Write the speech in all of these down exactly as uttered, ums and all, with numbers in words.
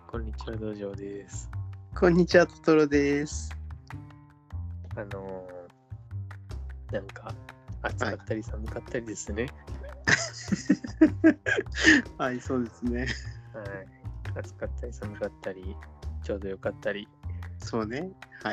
こんにちは、道場です。 こんにちは、トトロです。 あのー、なんか暑かったり寒かったりですね。 はい、はい、そうですね。 はい。暑かったり寒かったり、ちょうどよかったり。 そうね。はい。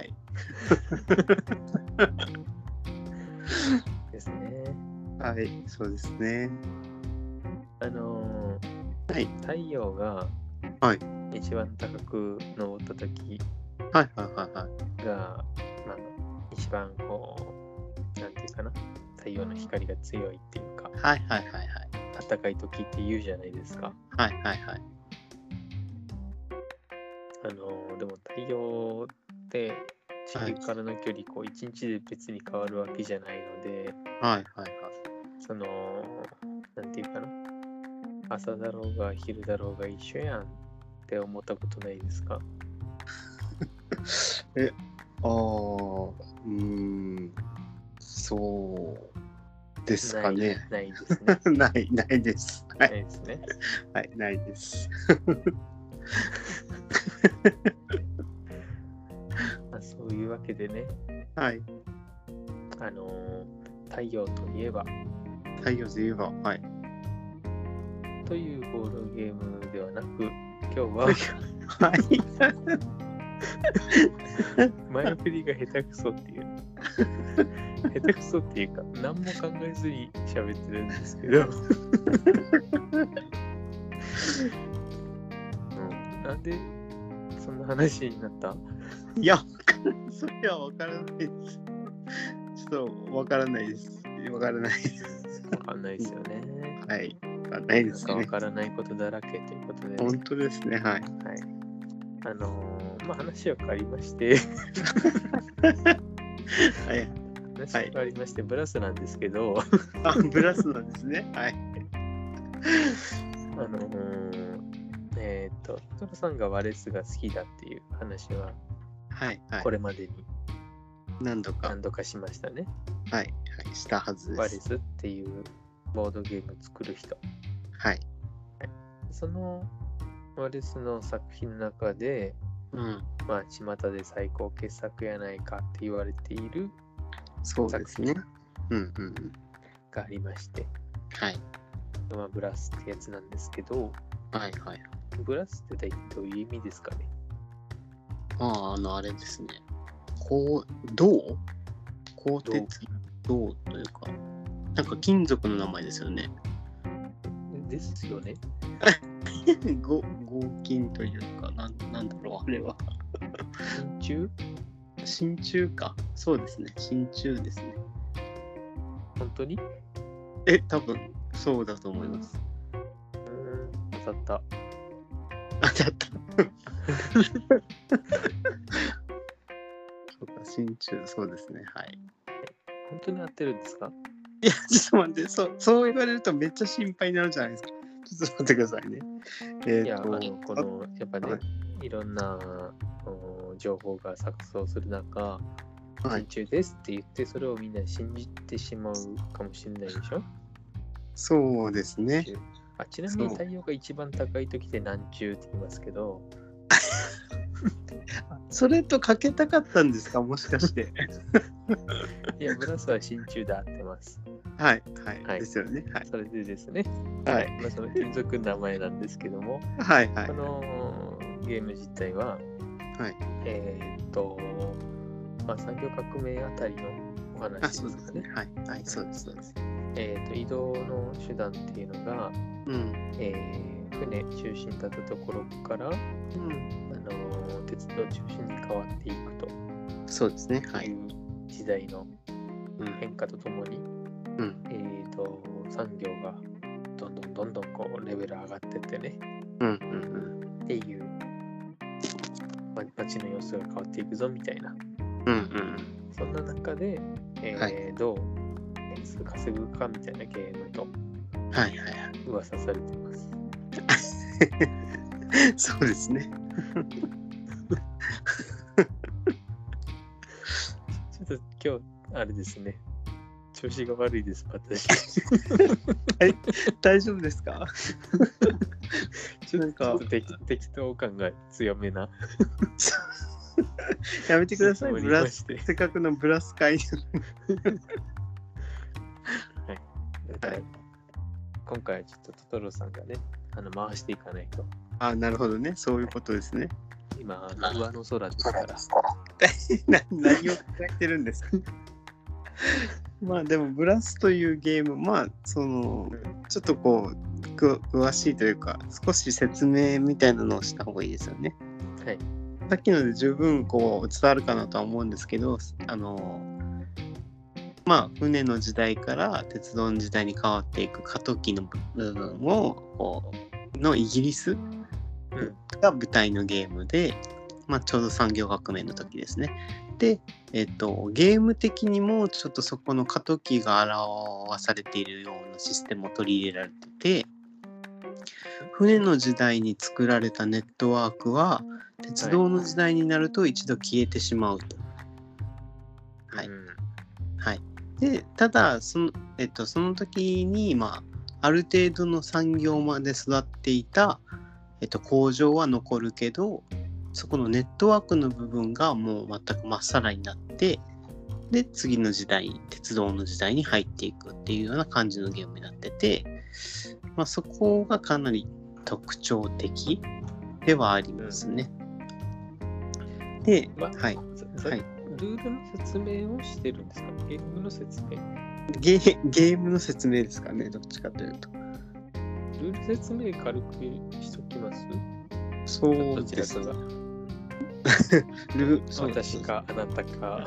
ですね。 はい、そうですね。 あのー、 はい。 太陽が一番高く昇った時はいはいはいはい。 が、まあ、一番こう、なんていうかな、太陽の光が強いっていうか、 はいはいはいはい。 暖かい時って言うじゃないですか。 はいはいはい。 あのー、でも太陽って地球からの距離、こう一日で別に変わるわけじゃないので、 はいはいはい。 その、なんていうかな、朝だろうが昼だろうが一緒やんって思ったことないですか？ え、あー、うーん、そうですかね。 ない、ないですね。 ない、ないです。はないい、 ですね。 はい、ないです。 まあ、そういうわけでね、 はい。 あのー、太陽といえば太陽といえば、はい。 というボードゲームではなく、今日ははい。 前振りが下手くそっていう下手くそっていうか何も考えずに喋ってるんですけど、うん、なんでそんな話になった？ いや、それは分からないです。ちょっと分からないです。分からないです。 わかんないですよね。 はい。分からないですね。 なんかわからないことだらけということで、ね、 本当ですね。はい。 はい。あのー、まあ話は変わりましてはい。 話は変わりまして、はい、ブラスなんですけどあ、ブラスなんですね。はい。 あのー、えっ、ー、と、トロさんがワレスが好きだっていう話は、 はいはい。 これまでに何度か何度かしましたね。 はい、はい、したはずです。 ワレスっていうボードゲームを作る人。 はい。 はい、そのワレスの作品の中で、 うん、 まあ、巷で最高傑作やないかって言われているそうですね。うんうん。 がありまして、 はい。 まあ、ブラスってやつなんですけど、 はいはい。 ブラスって大体どういう意味ですかね？ ああ、あの、あれですね。こう、銅鋼鉄銅というか、なんか金属の名前ですよね。 ですよね。 合金というか、なん、なんだろう、あれは。 真鍮？ 真鍮か。そうですね。真鍮ですね。 本当に？ え、多分そうだと思います。 うーん、当たった。 当たった。そうか、真鍮、そうですね。はい。 本当に合ってるんですか？ いや、ちょっと待って、そう、そう言われるとめっちゃ心配になるじゃないですか。ちょっと待ってくださいね。えー、 いや、 とあの、この、やっぱね、 はい、 いろんな情報が錯綜する中、 はい、 真鍮ですって言って、それをみんな信じてしまうかもしれないでしょ？ そうですね。 あ、ちなみに太陽が一番高い時って何鍮って言いますけど、 それとかけたかったんですか、もしかして。 いや、ブラスは真鍮で合ってます。 はい、はい、 はい、 ですよね。はい。 それでですね、 はい。 はい、まあ、その金属の名前なんですけども、 はい、はい。 このゲーム自体は、 はい。 えーっと、まあ、産業革命あたりのお話あ、 ですそうですね。はい、はい、そうです、そうです。 えーと、移動の手段っていうのが、 うん。 えー船中心だったところから、 うん。 あのー鉄道中心に変わっていくとそうですね。はい。 いう時代のうん。 変化とともに、 うん。 えーと、産業がどんどんどんどんこうレベル上がってってね、 うん。うん。 っていう、ま、街の様子が変わっていくぞみたいな、 うん。うん。 そんな中で、えーはいどう点数稼ぐかみたいなゲームとはい、はい、はい。 噂されてます。 そうですね。 ちょっと今日、あれですね。 調子が悪いです、私。 大丈夫ですか？ ちょっと適適当感が強めな。 やめてください、ブラス。 せせっかくのブラス会。 はい。だから今回はちょっとトトロさんがね、あの回していかないと。 あ、なるほどね。そういうことですね。 今、あの上の空ですから。 な何を考えてるんですか？まあでもブラスというゲーム、まあそのちょっとこうく詳しいというか少し説明みたいなのをした方がいいですよね。 はい。 さっきので十分こう伝わるかなとは思うんですけど、あのまあ船の時代から鉄道の時代に変わっていく過渡期の部分をこうのイギリスが舞台のゲームで、まあ、ちょうど産業革命の時ですね。で、えっと、ゲーム的にもちょっとそこの過渡期が表されているようなシステムを取り入れられてて、船の時代に作られたネットワークは鉄道の時代になると一度消えてしまうと。はい。はい。で、ただその、えっと、その時に、まあ、ある程度の産業まで育っていた、えっと、工場は残るけど、そこのネットワークの部分がもう全くまっさらになって、で次の時代、鉄道の時代に入っていくっていうような感じのゲームになってて、まあ、そこがかなり特徴的ではありますね。うん、で、まあ、はい、はい、 ルールの説明をしてるんですか？ゲームの説明？ ゲー、ゲームの説明ですかね、どっちかというと。 ルール説明軽くしときます？ そうですね。 ル私かあなたか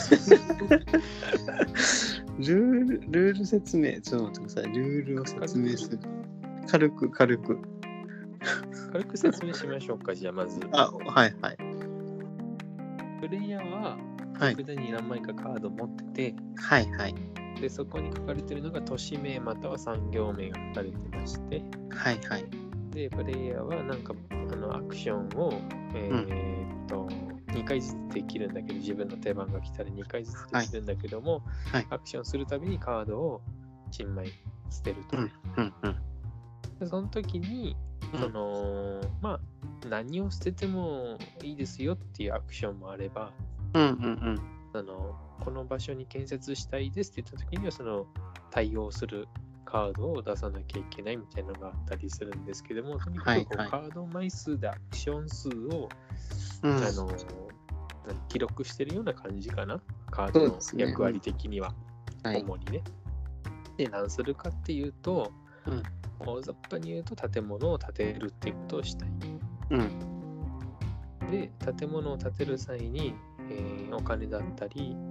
ルールルール説明ちょっと待ってください。ルールを説明する。軽く軽く軽く説明しましょうか。じゃあまずあはいはいプレイヤーは手札に何枚かカードを持ってて、 はいはいでそこに書かれているのが都市名または産業名が書かれてまして、 はいはいでプレイヤーはなんかあのアクションをえー、っと、うん、にかいずつできるんだけど、自分の手番が来たらにかいずつできるんだけども、はい、アクションするたびにカードをいちまい捨てると、うんうんうん、でその時にその、うん、まあ何を捨ててもいいですよっていうアクションもあれば、 うんうんうん、 そのこの場所に建設したいですって言った時にはその対応するカードを出さなきゃいけないみたいなのがあったりするんですけども、とにかくこうカード枚数でアクション数を、うん、あの記録してるような感じかな、カードの役割的には、ね、主にね、はい、で何するかっていうと、うん、大雑把に言うと建物を建てるっていうことをしたい、うん、で建物を建てる際に、えー、お金だったり、うん、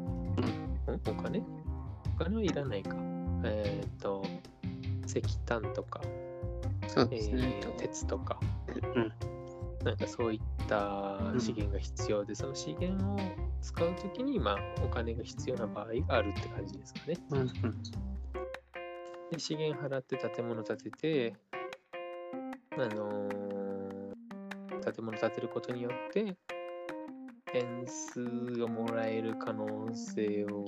お金お金はいらないか、えっ、ー、と石炭とか、 そうですね、 えー、鉄とか、 うん、 なんかそういった資源が必要で、うん、その資源を使うときに、まあ、お金が必要な場合があるって感じですかね。うんうん、で資源払って建物建てて、あのー、建物建てることによって点数をもらえる可能性を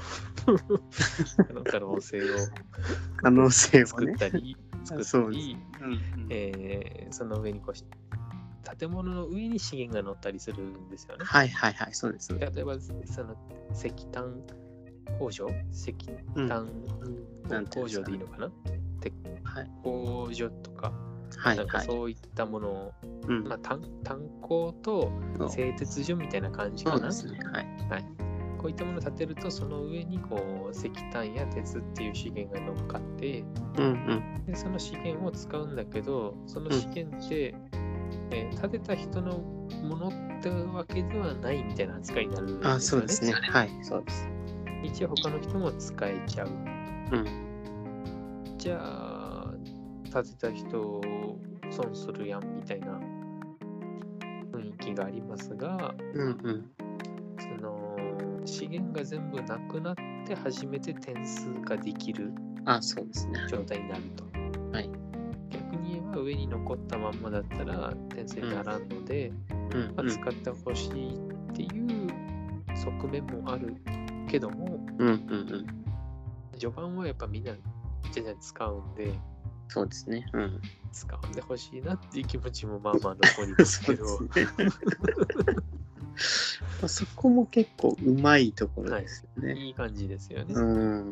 可能性を可能性を、ね、 作ったり作ったり、うんうんえー、その上にこう建物の上に資源が乗ったりするんですよね。 はいはいはい、そうです。 例えばその石炭工場石炭工場でいいのかな、うん、鉄工所とか、はい、なんかそういったものを、はいまあ、炭炭鉱と製鉄所みたいな感じかな。そうですね、はいはい、こういったものを建てるとその上にこう石炭や鉄っていう資源が乗っかって、うんうん、でその資源を使うんだけどその資源って、うんえー、建てた人のものってわけではないみたいな扱いになるんですよね。 あ、そうですね。はい、そうです。 一応他の人も使えちゃう。うん、じゃあ建てた人を損するやんみたいな雰囲気がありますが、うんうん、その資源が全部なくなって初めて点数ができる状態になると。はい、逆に言えば上に残ったまんまだったら点数にならんので、うんうんまあ、使ってほしいっていう側面もあるけども、うんうんうん、 序盤はやっぱみんなじゃじゃ使うんで、 そうですね。うん。 使うんでほしいなっていう気持ちもまあまあ残りますけど。 そうですねそこも結構うまいところですよね。 はい、いい感じですよね。 うん。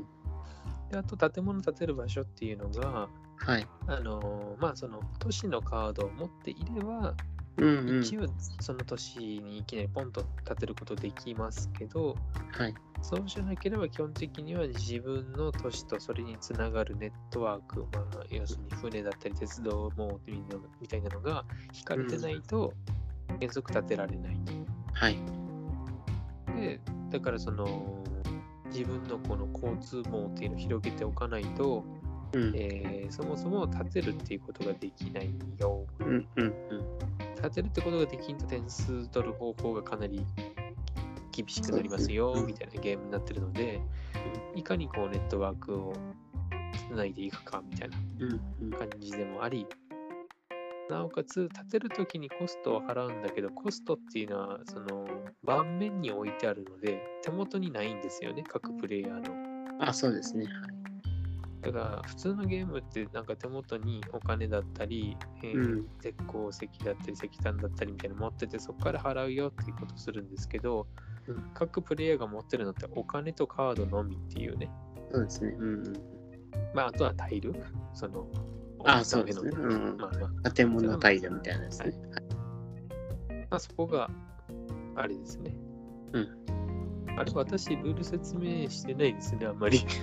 であと建物建てる場所っていうのが、 はい。 あのー、まあその都市のカードを持っていれば、 うんうん、 一応その都市にいきなりポンと建てることできますけど、 はい、 そうじゃなければ基本的には自分の都市とそれにつながるネットワーク、まあ、要するに船だったり鉄道網みたいなのが引かれてないと原則建てられないと。 はい。 で、だからその自分のこの交通網っていうのを広げておかないと、うんえー、そもそも建てるっていうことができないよ。 うんうんうん、 建てるってことができんと点数取る方法がかなり厳しくなりますよみたいなゲームになってるので、いかにこうネットワークをつないでいくかみたいな感じでもあり、なおかつ建てるときにコストを払うんだけど、コストっていうのはその盤面に置いてあるので手元にないんですよね、各プレイヤーの。 あ、そうですね。 だから普通のゲームってなんか手元にお金だったり、えーうん、鉄鉱石だったり石炭だったりみたいなの持っててそこから払うよっていうことするんですけど、うん、各プレイヤーが持ってるのってお金とカードのみっていうね。 そうですね。うんうん、 まああとはタイル、そのああそうですね。うん、まあまあ建物タイルみたいなですね。はいはい、 まあそこがあれですね。うん。あれ、私、ルール説明してないですね、あんまり。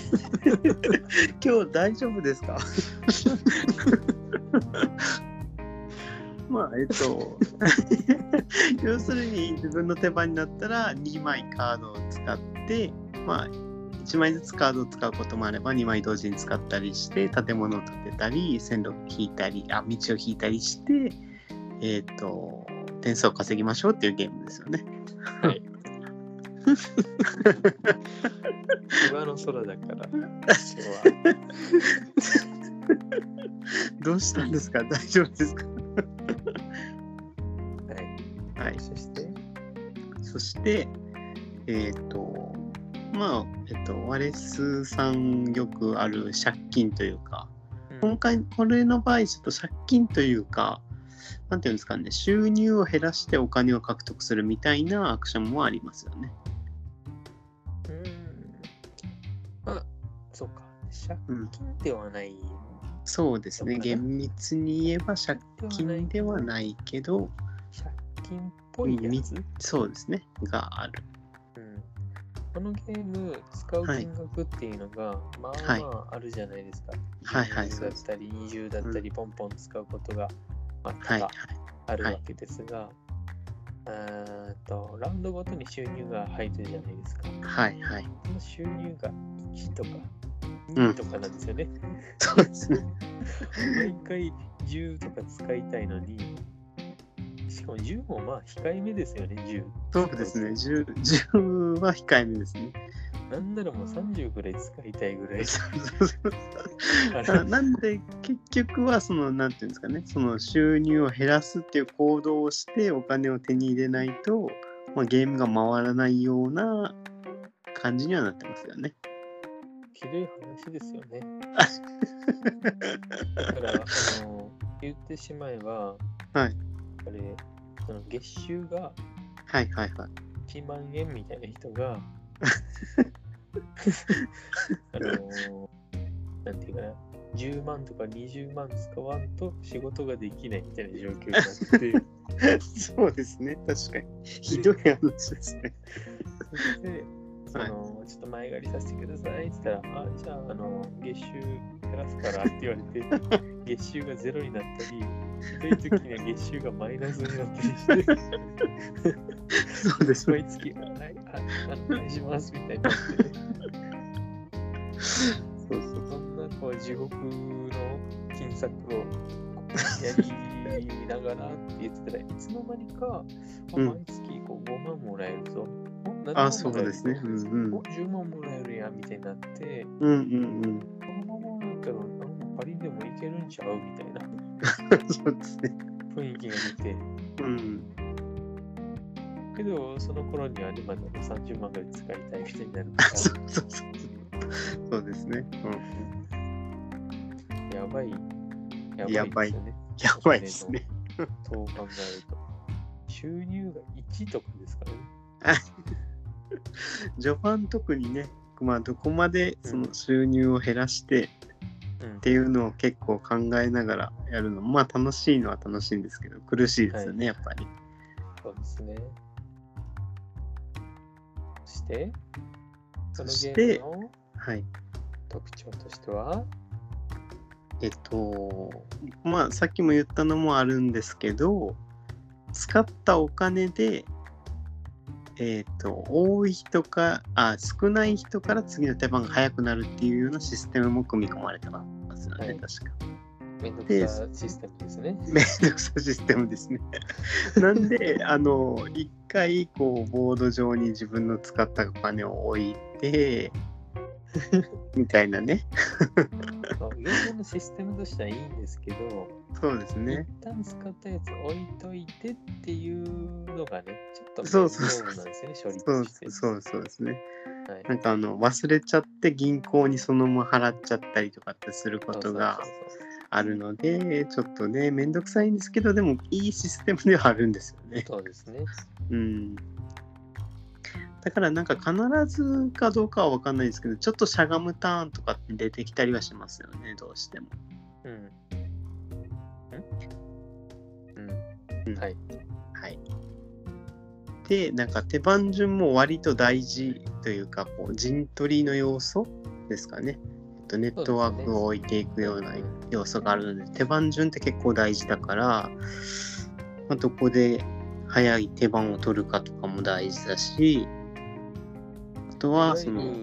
今日大丈夫ですかまあ、えっと、要するに自分の手番になったらにまいカードを使って、まあ、いちまいずつカードを使うこともあればにまい同時に使ったりして、建物を建てたり、線路を引いたり、あ、道を引いたりして、えっと、点数を稼ぎましょうっていうゲームですよね。 はい。上の空だから今日はどうしたんですか、大丈夫ですかはい、はい、そしてそしてえっ、ー、とまあえっ、ー、とワレスさんよくある借金というか、うん、今回これの場合ちょっと借金というかなんていうんですかね、収入を減らしてお金を獲得するみたいなアクションもありますよね。 そうか、借金ではない、うん、 そうですね、厳密に言えば借金ではないけど借金っぽいやつ、 そうですねがある、 うん、このゲーム使う金額っていうのが、はい、まあまああるじゃないですか、 はいはい、 じゅうだったりにじゅうだったりポンポン使うことが、まあ、多々あるわけですが、はいはい、あとラウンドごとに収入が入るじゃないですか。 はいはい。 その収入がいちとかにとかなんですよね。うん、 そうですね。 毎回じゅうとか使いたいのに、しかもじゅうもまあ控えめですよね、じゅう。 そうですね、じゅう、じゅうは控えめですね。 なんならもうさんじゅうぐらい使いたいぐらい。 なんで結局はそのなんていうんですかね、その収入を減らすっていう行動をしてお金を手に入れないと、まあ、ゲームが回らないような感じにはなってますよね。 ひどい話ですよね。だからあの言ってしまえば、 はい、 あれその月収がはいはいはいいちまんえんみたいな人があのなんていうかな、じゅうまんとかにじゅうまん使わんと仕事ができないみたいな状況になってそうですね、確かにひどい話ですね。 そしてその、はい、ちょっと前借りさせてくださいって言ったら、あ、じゃあ、あの月収減らすからって言われて月収がゼロになったり、ひどい時には月収がマイナスになったりしてそうですね、 毎月、はい、お願いしますみたいになってそうそう、そんなこう地獄の金策をやりながらって言ってたらいつの間にか、うん、毎月こうごまんもらえるぞ、 あ、そうですね、うんうん、 おじゅうまんもらえるやんみたいになって、 うんうんうん、 このままなんかパリでもいけるんちゃうみたいなそうですね、 雰囲気が出て、 うん、 けどその頃にはねまださんじゅうまんぐらい使いたいみたいになるからそうそうそうそうですね。 やばい。 やばいですよね。 やばいですね。 そう考えると。収入がいちとかですからね。 序盤特にね、まあ、どこまでその収入を減らして、うん、っていうのを結構考えながらやるの、まあ楽しいのは楽しいんですけど、苦しいですよね、はい、やっぱり。 そうですね。そして、そのゲームの特徴としては、はい、 えっと、まあさっきも言ったのもあるんですけど、使ったお金で、えっと、多い人か、あ、少ない人から次の手番が早くなるっていうようなシステムも組み込まれてますよね、はい、確か。 めんどくさシステムですね。 めんどくさシステムですね。なんで、あの、一回、こう、ボード上に自分の使ったお金を置いて、みたいなね。 ゲームのシステムとしてはいいんですけど、 そうですね。 一旦使ったやつ置いといてっていうのがね、ちょっと面倒なんですよね、処理として。そうそうそうですね。はい、なんかあの忘れちゃって銀行にそのまま払っちゃったりとかってすることがあるので、ちょっとね、めんどくさいんですけど、でもいいシステムではあるんですよね。 そうですね。 うん。だからなんか必ずかどうかは分かんないですけど、ちょっとしゃがむターンとかって出てきたりはしますよね、どうしても。 うん。うん。うん。はい。 はい。で、なんか手番順も割と大事というか、こう陣取りの要素ですかね。えっと、ネットワークを置いていくような要素があるので、手番順って結構大事だから、まあ、どこで早い手番を取るかとかも大事だし、あとはその、うん、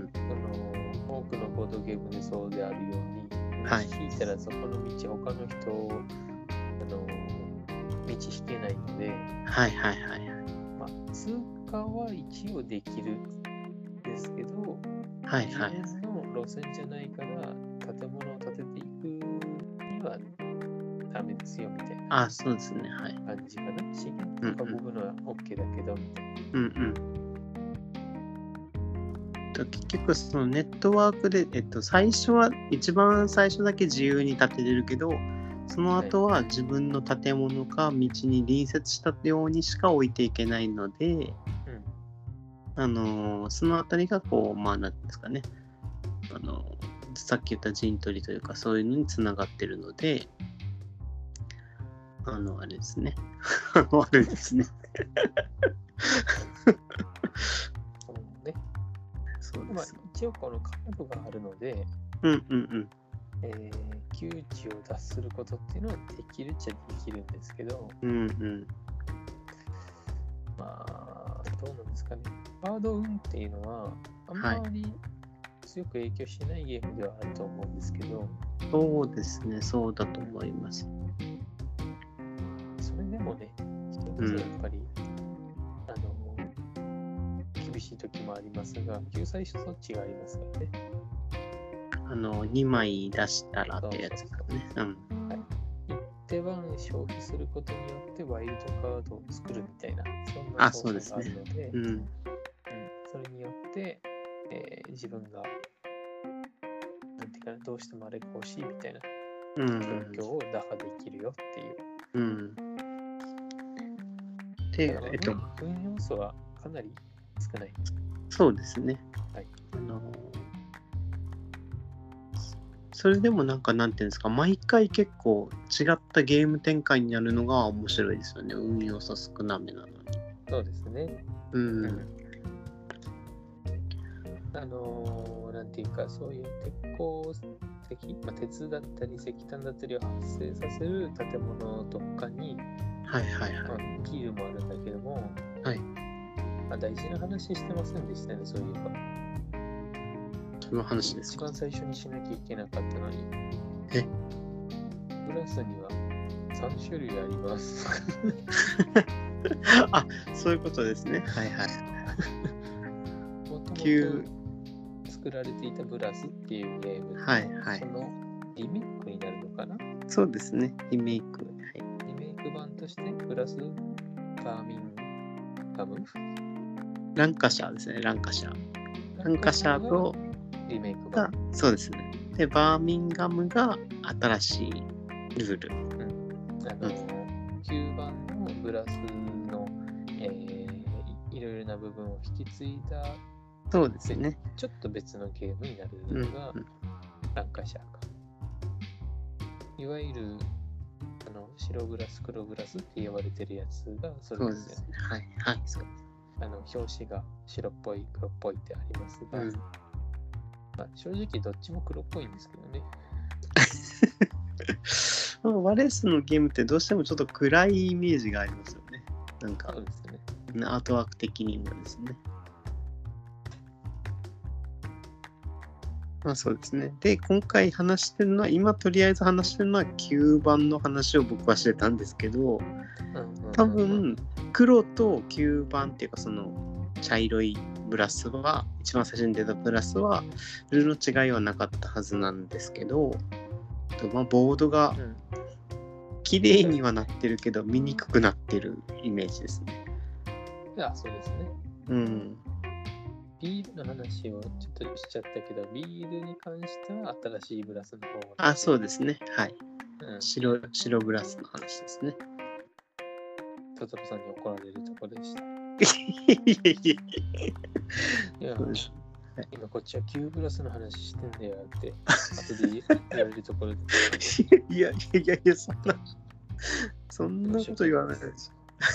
その多くのボードゲームでそうであるように、はい、引いたらそこの道他の人をあの道引けないので、 はいはいはい。 まあ、通過は一応できるんですけど、 はいはい、 自分の路線じゃないから建物を建てていくにはダメですよみたいな。 あ、そうですね、はい。 感じかな。資源とか僕のは OK だけど、みたいな。 うんうん。と結局そのネットワークで、えっと、最初は一番最初だけ自由に建てれるけど、その後は自分の建物か道に隣接したようにしか置いていけないので、うん、あのそのあたりがこうまあなんですかね、あのさっき言った陣取りというかそういうのにつながってるので、あのあれですね、あのあれですね。 そうね。そうです。まあ一応このカードがあるので、 うんうんうん。 えー、窮地を脱することっていうのはできるっちゃできるんですけど、 うんうん、 まあどうなんですかね。カード運っていうのはあんまり強く影響しないゲームではあると思うんですけど、はい、 そうですね、そうだと思います。 それでもね、一つやっぱり、うん、あの厳しい時もありますが、救済措置がありますからね。 あのにまい出したらってやつですね。うん。 はい。一手番消費することによってワイルドカードを作るみたいな、そんな操作があるので、でね、うん、うん。それによって、えー、自分がなんていうかな、どうしてもあれが欲しいみたいな状況を打破できるよっていう。 うん。で、えっと、 運要素はかなり少ない。 そうですね。はい。あのそれでもなんかなんていうんですか、毎回結構違ったゲーム展開になるのが面白いですよね。運要素少なめなのに。 そうですね。 うん。うん、 あのー、なんていうか、そういう鉄鉱石、まあ、鉄だったり石炭だったりを発生させる建物とかに、 はいはいはい。 まあ、キールもあるんだけども、 はい。 まあ、大事な話してませんでしたね、そういえば。 その話ですか。一番最初にしなきゃいけなかったのに。 えグラスにはさん種類あります。 あ、そういうことですね。はいはい。 もともと作られていたブラスっていうゲーム、 はいはい、 そのリメイクになるのかな。 そうですね、リメイク。はい、 リメイク版としてブラスバーミンガムランカシャーですね、ランカシャー。ランカシャーとリメイクが版。 そうですね。で、バーミンガムが新しいルール。 うん、あの、うん、きゅうばんのブラスの、えー、いろいろな部分を引き継いだ、 そうですね。 ちょっと別のゲームになるのが、 うんうん、 ランカシャーか。いわゆるあの白グラス、黒グラスって呼ばれてるやつがそれですよね。 そうですね。はい、はい、そうです。 あの表紙が白っぽい、黒っぽいってありますが、 うん、 まあ、正直どっちも黒っぽいんですけどね。 まあ、ワレスのゲームってどうしてもちょっと暗いイメージがありますよね。なんか、 そうですね。 アートワーク的にもですね。まあそうですね。で、今回話してるのは、今とりあえず話してるのはきゅうばんの話を僕はしてたんですけど、多分、黒ときゅうばんっていうか、その茶色いブラスは、一番最初に出たブラスは、ルールの違いはなかったはずなんですけど、まあ、ボードが綺麗にはなってるけど、見にくくなってるイメージですね。 いや、そうですね。 うん。 ビールの話をちょっとしちゃったけど、ビールに関しては新しいブラスの方が。 あ、そうですね。はい。 うん、 白、白ブラスの話ですね。 トトロさんに怒られるところでした。いや、今こっちはきゅうブラスの話してんだよって、後で言われるところで。 いやいやいやいや、そんな、そんなこと言わないです。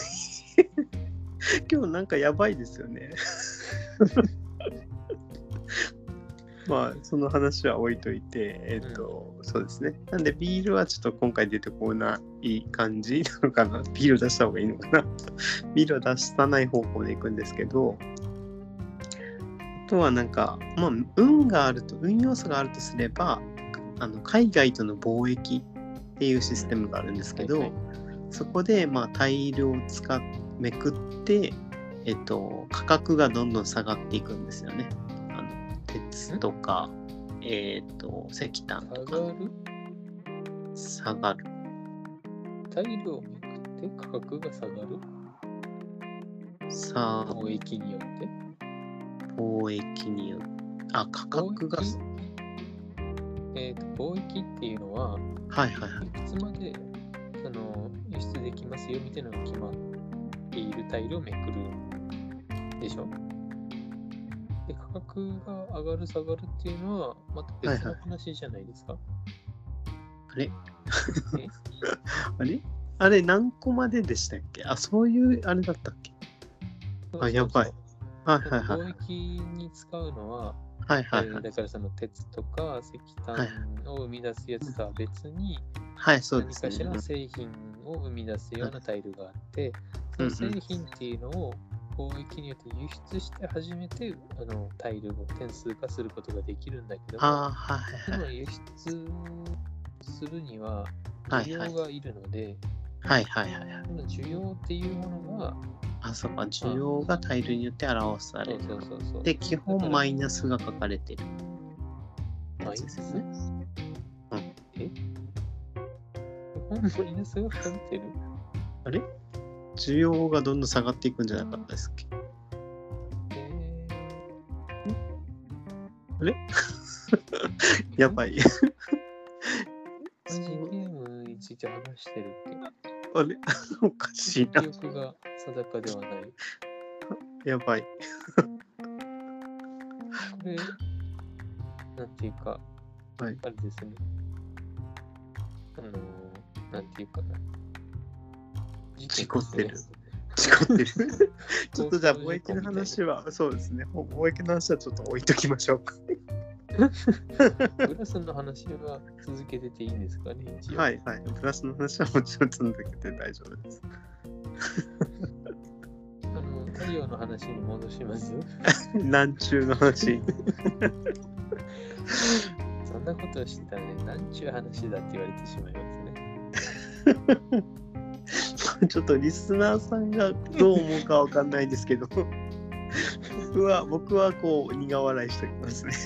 今日なんかやばいですよね。まあその話は置いといて、えっと、うん、そうですね。なんでビールはちょっと今回出てこない感じなのかな。ビール出した方がいいのかな。ビールは出さない方向でいくんですけど、あとはなんか、まあ運があると、運要素があるとすれば、あの海外との貿易っていうシステムがあるんですけど、はいはい、そこでまあタイルを使っめくって、えっと、価格がどんどん下がっていくんですよね。あの鉄とか、えっと、石炭とか。 下がる下がる。 タイルをめくって価格が下がるさあ、 貿易によって貿易によって。あ、価格が。 えっと、貿易っていうのは、 はいはいはい。 いくつまでその輸出できますよみたいなのが決まっているタイルをめくるでしょ。で、価格が上がる下がるっていうのはまた別の話じゃないですか。 はいはい、あれあれあれ何個まででしたっけ？あ、そういうあれだったっけ？そうそうそう、あ、やばい。はいはいはい。 貿易に使うのは、 はいはいはい、 えー、だからその鉄とか石炭を生み出すやつとは別に、 はい、そうですね。 何かしら製品を生み出すようなタイルがあって、その製品っていうのを貿易によって輸出して初めてあのタイルを点数化することができるんだけども、 あ、はいはい、 その輸出するには需要がいるので、 はいはいはい、はい、 その需要っていうものが、 あ、そうか、需要がタイルによって表される。 そうそうそうそう。 で、基本マイナスが書かれてるやつですね。 うん。え？基本マイナスが書かれてる？ あれ？需要がどんどん下がっていくんじゃなかったですっけ？えー、あれやばい。 同じゲームについて話してるっけ？ あれおかしいな。 記憶が定かではない。 やばい。 これ、なんていうか、はい、あれですね。あのー、なんていうかな。 事故ってる。事故ってる。ちょっとじゃあ、貿易の話は、そうですね。貿易の話はちょっと置いときましょうか。 ブラスの話は続けてていいんですかね、一応。 はいはい。ブラスの話はもちろん続けて大丈夫です。 あの、太陽の話に戻します。 南中の話。 そんなことをしてたらね、南中話だって言われてしまいますね。 ちょっとリスナーさんがどう思うかわかんないですけど、僕は、僕はこう、苦笑いしておきますね。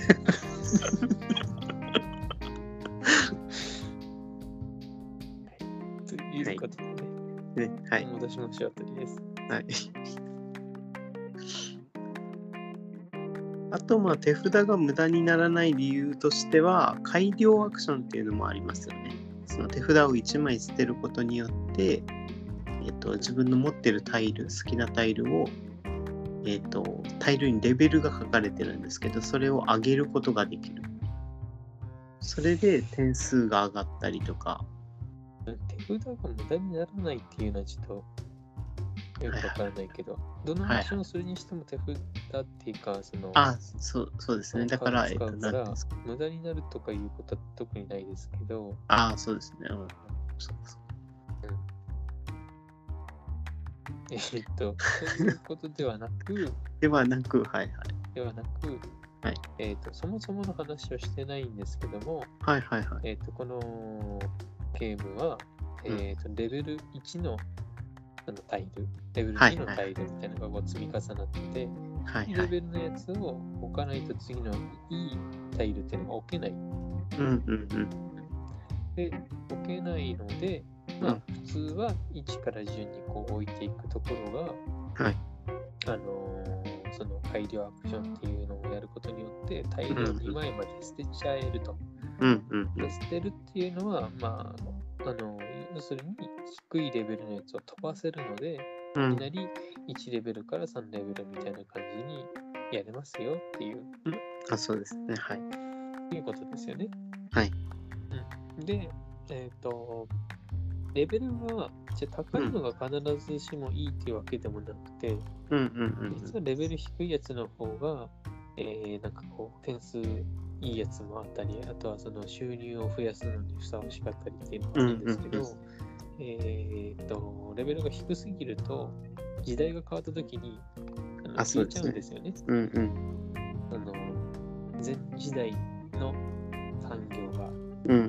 ということでね。 はい。ね、はい。 戻しましょうとりあえず。 はい。 あとまあ手札が無駄にならない理由としては改良アクションっていうのもありますよね。その手札をいちまい捨てることによって、えっと、自分の持ってるタイル、好きなタイルを、えっと、タイルにレベルが書かれてるんですけど、それを上げることができる。それで点数が上がったりとか。 手札が無駄にならないっていうのはちょっとよくわからないけど、はいはい、どのアクションをするにしても手札っていうか、その、 あ、そう、そうですね。だから、 使うから、えっと、無駄になるとかいうことは特にないですけど。 ああ、そうですね。うん、そうそう。 うん、えー、っと、そういうことではなく、 ではなく、はいはい。 ではなく、はい、えー、っと、そもそもの話をしてないんですけども、 はいはいはい。 えー、っと、このゲームは、えー、っと、レベルいちのあのタイル、レベルにのタイルみたいなのがこう積み重なってて、はいはい、レベルのやつを置かないと次のいいタイルっていうのが置けない。うんうんうん。 で、置けないので、まあ、普通はいちから順にこう置いていくところが、はい、あのー、その改良アクションっていうのをやることによってタイルをにまいまで捨てちゃえると。 うんうんうん、 で捨てるっていうのは、まあ、あの要するに低いレベルのやつを飛ばせるので、うん、いきなりいちレベルからさんレベルみたいな感じにやれますよっていう。 うん、あ、そうですね。はい。 いうことですよね。 はい。 うん、で、えっと、レベルはじゃ高いのが必ずしもいいっていうわけでもなくて、 うんうんうん、 実はレベル低いやつの方が、えー、なんかこう点数いいやつもあったり、あとはその収入を増やすのにふさわしかったりっていうのもあるんですけど、うんうんうん、えー、っとレベルが低すぎると時代が変わった時にあの消えちゃうんですよね。 うんうん、 あの前時代の産業が、 うんうんうん、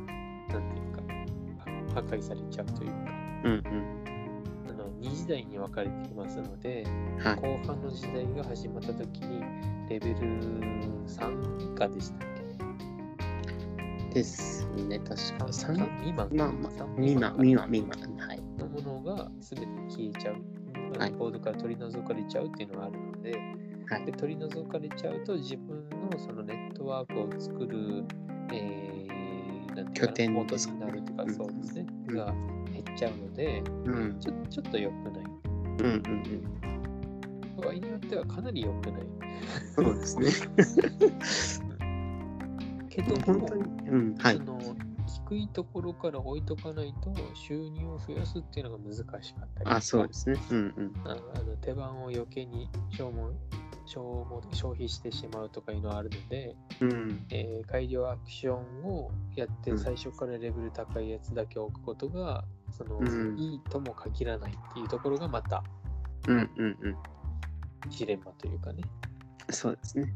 なんていうか破壊されちゃうというか、 うんうん、 あのに時代に分かれていますので、はい、後半の時代が始まった時にレベルさん以下でしたっけですね、確かさん未満、 まあまあ、未満、未満、未満、はい。 のものが全て消えちゃう、はい、ボードから取り除かれちゃうっていうのがあるので、はい、で取り除かれちゃうと自分のそのネットワークを作る、えー、なんていうか拠点元になるというか、そうですね、うん、が減っちゃうので、うん、ちょちょっと良くない。うんうんうん。場合によってはかなり良くない。 そうですね。 けども、 本当に、うんはい、 その低いところから置いとかないと収入を増やすっていうのが難しかったり、 あ、そうですね。うんうん、 あの手番を余計に消耗、消耗、消費してしまうとかいうのはあるので、うんえー、改良アクションをやって最初からレベル高いやつだけ置くことが、その、うん、いいとも限らないっていうところがまた、 うんうんうん、 ジレンマというかね。 そうですね。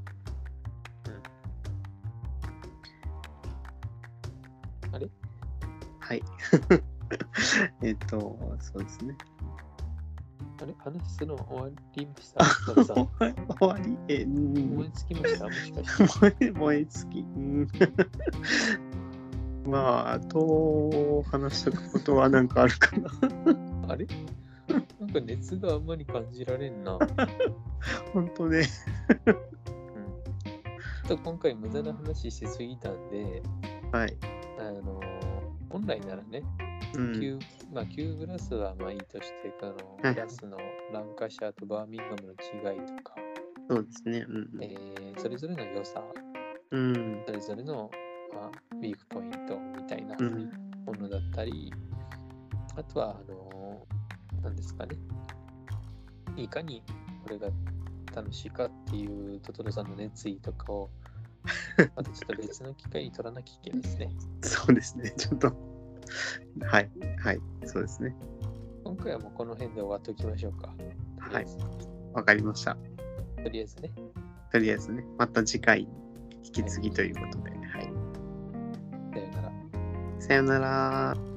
あれはい。えっと、そうですね。 あれ話すの終わりました？ 終わりえ、うん、 燃え尽きましたもしかして。 燃え尽き、うん、まあ、あと話したことは何かあるかな。 あれなんか熱があんまり感じられんな。 本当ね。 うん。ちょっと今回無駄な話しすぎたんで、 はい。 あの本来ならね、うん、旧まあ、旧グラスはまあいいとして、あのグラスのランカシャーとバーミンガムの違いとか、 そうですね、うんえー、それぞれの良さ、 うん、 それぞれの、まあ、ウィークポイントみたいなものだったり、うん、あとは、あの何ですかね、いかにこれが楽しいかっていうトトロさんの熱意とかをまたちょっと別の機会に取らなきゃいけないですね。 そうですね、ちょっと。はい、はい、そうですね。 今回はもうこの辺で終わっておきましょうか。 はい、わかりました。 とりあえずね。 とりあえずね、また次回引き継ぎということで、はい。 はい、さよなら。 さよなら。